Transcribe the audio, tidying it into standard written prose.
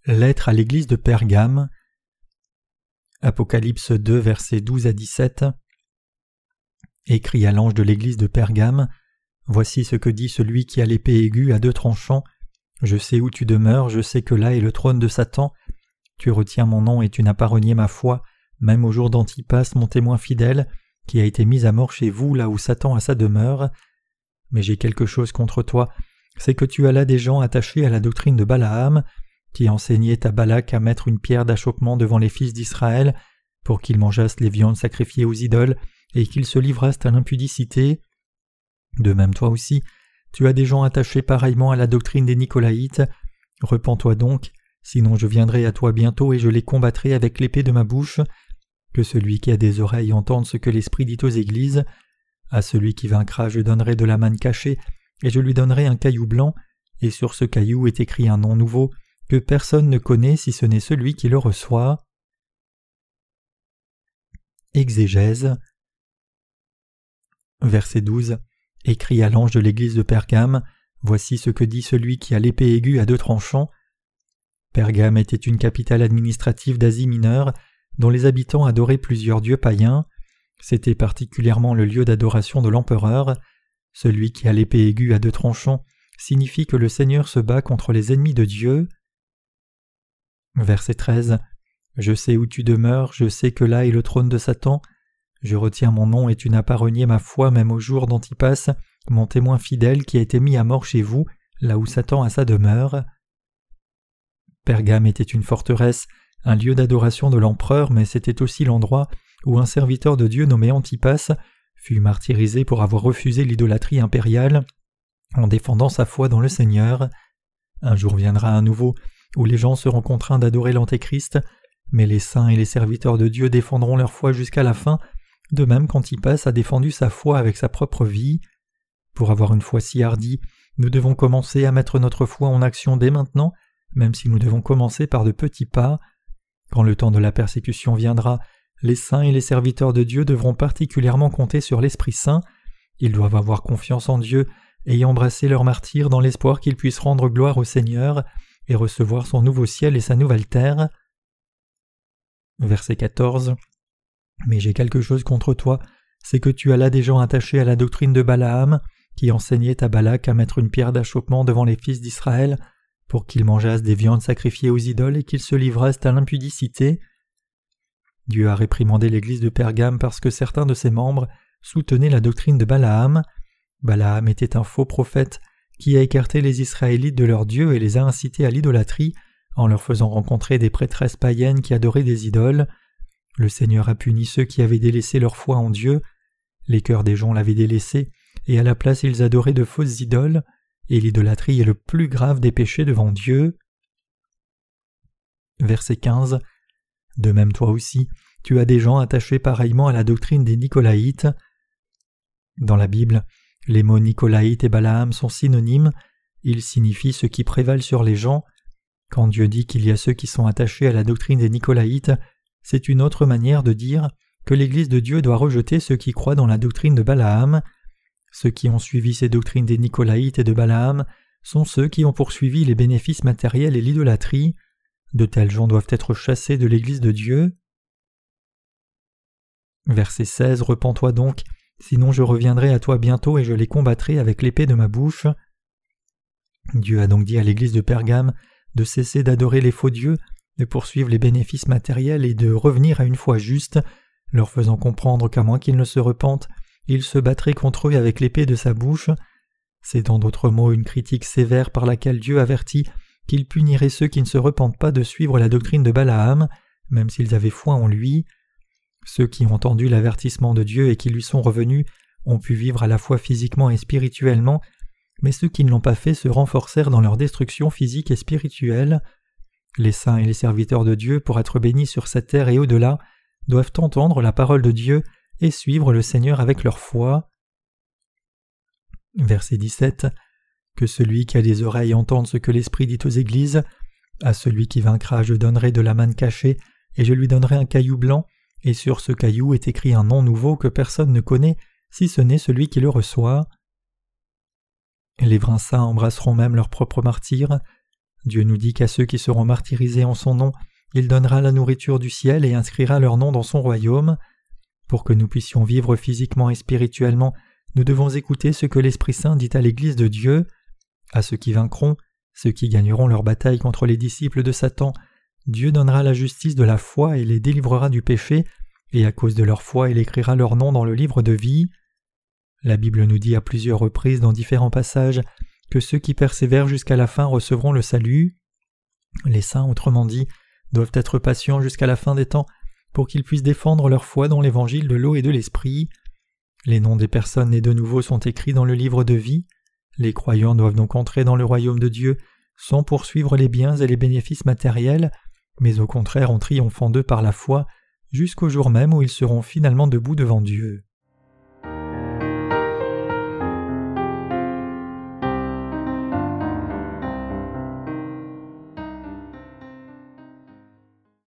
Lettre à l'église de Pergame. Apocalypse 2, versets 12 à 17. Écrit à l'ange de l'église de Pergame, voici ce que dit celui qui a l'épée aiguë à deux tranchants. Je sais où tu demeures, je sais que là est le trône de Satan. Tu retiens mon nom et tu n'as pas renié ma foi, même au jour d'Antipas, mon témoin fidèle, qui a été mis à mort chez vous, là où Satan a sa demeure. Mais j'ai quelque chose contre toi, c'est que tu as là des gens attachés à la doctrine de Balaam, qui enseignait à Balak à mettre une pierre d'achoppement devant les fils d'Israël, pour qu'ils mangeassent les viandes sacrifiées aux idoles, et qu'ils se livrassent à l'impudicité. De même toi aussi, tu as des gens attachés pareillement à la doctrine des Nicolaïtes. Repens-toi donc, sinon je viendrai à toi bientôt et je les combattrai avec l'épée de ma bouche. Que celui qui a des oreilles entende ce que l'Esprit dit aux églises. À celui qui vaincra je donnerai de la manne cachée, et je lui donnerai un caillou blanc, et sur ce caillou est écrit un nom nouveau, que personne ne connaît si ce n'est celui qui le reçoit. Exégèse. Verset 12. Écrit à l'ange de l'église de Pergame, voici ce que dit celui qui a l'épée aiguë à deux tranchants. Pergame était une capitale administrative d'Asie mineure, dont les habitants adoraient plusieurs dieux païens. C'était particulièrement le lieu d'adoration de l'empereur. Celui qui a l'épée aiguë à deux tranchants signifie que le Seigneur se bat contre les ennemis de Dieu. Verset 13. Je sais où tu demeures, je sais que là est le trône de Satan. Je retiens mon nom et tu n'as pas renié ma foi même au jour d'Antipas, mon témoin fidèle qui a été mis à mort chez vous, là où Satan a sa demeure. Pergame était une forteresse, un lieu d'adoration de l'empereur, mais c'était aussi l'endroit où un serviteur de Dieu nommé Antipas fut martyrisé pour avoir refusé l'idolâtrie impériale en défendant sa foi dans le Seigneur. Un jour viendra à nouveau où les gens seront contraints d'adorer l'Antéchrist, mais les saints et les serviteurs de Dieu défendront leur foi jusqu'à la fin, de même qu'Antipas a défendu sa foi avec sa propre vie. Pour avoir une foi si hardie, nous devons commencer à mettre notre foi en action dès maintenant, même si nous devons commencer par de petits pas. Quand le temps de la persécution viendra, les saints et les serviteurs de Dieu devront particulièrement compter sur l'Esprit Saint. Ils doivent avoir confiance en Dieu et y embrasser leur martyr dans l'espoir qu'ils puissent rendre gloire au Seigneur et recevoir son nouveau ciel et sa nouvelle terre. Verset 14. Mais j'ai quelque chose contre toi, c'est que tu as là des gens attachés à la doctrine de Balaam, qui enseignait à Balak à mettre une pierre d'achoppement devant les fils d'Israël, pour qu'ils mangeassent des viandes sacrifiées aux idoles et qu'ils se livrassent à l'impudicité. Dieu a réprimandé l'église de Pergame parce que certains de ses membres soutenaient la doctrine de Balaam. Balaam était un faux prophète qui a écarté les Israélites de leur Dieu et les a incités à l'idolâtrie en leur faisant rencontrer des prêtresses païennes qui adoraient des idoles. Le Seigneur a puni ceux qui avaient délaissé leur foi en Dieu. Les cœurs des gens l'avaient délaissé, et à la place ils adoraient de fausses idoles, et l'idolâtrie est le plus grave des péchés devant Dieu. Verset 15. De même toi aussi, tu as des gens attachés pareillement à la doctrine des Nicolaïtes. Dans la Bible, les mots Nicolaïte et Balaam sont synonymes, ils signifient ceux qui prévalent sur les gens. Quand Dieu dit qu'il y a ceux qui sont attachés à la doctrine des Nicolaïtes, c'est une autre manière de dire que l'Église de Dieu doit rejeter ceux qui croient dans la doctrine de Balaam. Ceux qui ont suivi ces doctrines des Nicolaïtes et de Balaam sont ceux qui ont poursuivi les bénéfices matériels et l'idolâtrie. De tels gens doivent être chassés de l'Église de Dieu. Verset 16. Repens-toi donc, sinon je reviendrai à toi bientôt et je les combattrai avec l'épée de ma bouche. Dieu a donc dit à l'Église de Pergame de cesser d'adorer les faux dieux, de poursuivre les bénéfices matériels et de revenir à une foi juste, leur faisant comprendre qu'à moins qu'ils ne se repentent, il se battrait contre eux avec l'épée de sa bouche. C'est en d'autres mots une critique sévère par laquelle Dieu avertit qu'il punirait ceux qui ne se repentent pas de suivre la doctrine de Balaam, même s'ils avaient foi en lui. Ceux qui ont entendu l'avertissement de Dieu et qui lui sont revenus ont pu vivre à la fois physiquement et spirituellement, mais ceux qui ne l'ont pas fait se renforcèrent dans leur destruction physique et spirituelle. Les saints et les serviteurs de Dieu, pour être bénis sur cette terre et au-delà, doivent entendre la parole de Dieu et suivre le Seigneur avec leur foi. Verset 17. Que celui qui a des oreilles entende ce que l'Esprit dit aux églises. À celui qui vaincra je donnerai de la manne cachée, et je lui donnerai un caillou blanc, et sur ce caillou est écrit un nom nouveau que personne ne connaît, si ce n'est celui qui le reçoit. Les vrais saints embrasseront même leur propre martyr. Dieu nous dit qu'à ceux qui seront martyrisés en son nom, il donnera la nourriture du ciel et inscrira leur nom dans son royaume. Pour que nous puissions vivre physiquement et spirituellement, nous devons écouter ce que l'Esprit Saint dit à l'Église de Dieu. À ceux qui vaincront, ceux qui gagneront leur bataille contre les disciples de Satan, Dieu donnera la justice de la foi et les délivrera du péché, et à cause de leur foi, il écrira leur nom dans le livre de vie. La Bible nous dit à plusieurs reprises dans différents passages que ceux qui persévèrent jusqu'à la fin recevront le salut. Les saints, autrement dit, doivent être patients jusqu'à la fin des temps pour qu'ils puissent défendre leur foi dans l'évangile de l'eau et de l'esprit. Les noms des personnes nées de nouveau sont écrits dans le livre de vie. Les croyants doivent donc entrer dans le royaume de Dieu sans poursuivre les biens et les bénéfices matériels, mais au contraire en triomphant d'eux par la foi, jusqu'au jour même où ils seront finalement debout devant Dieu.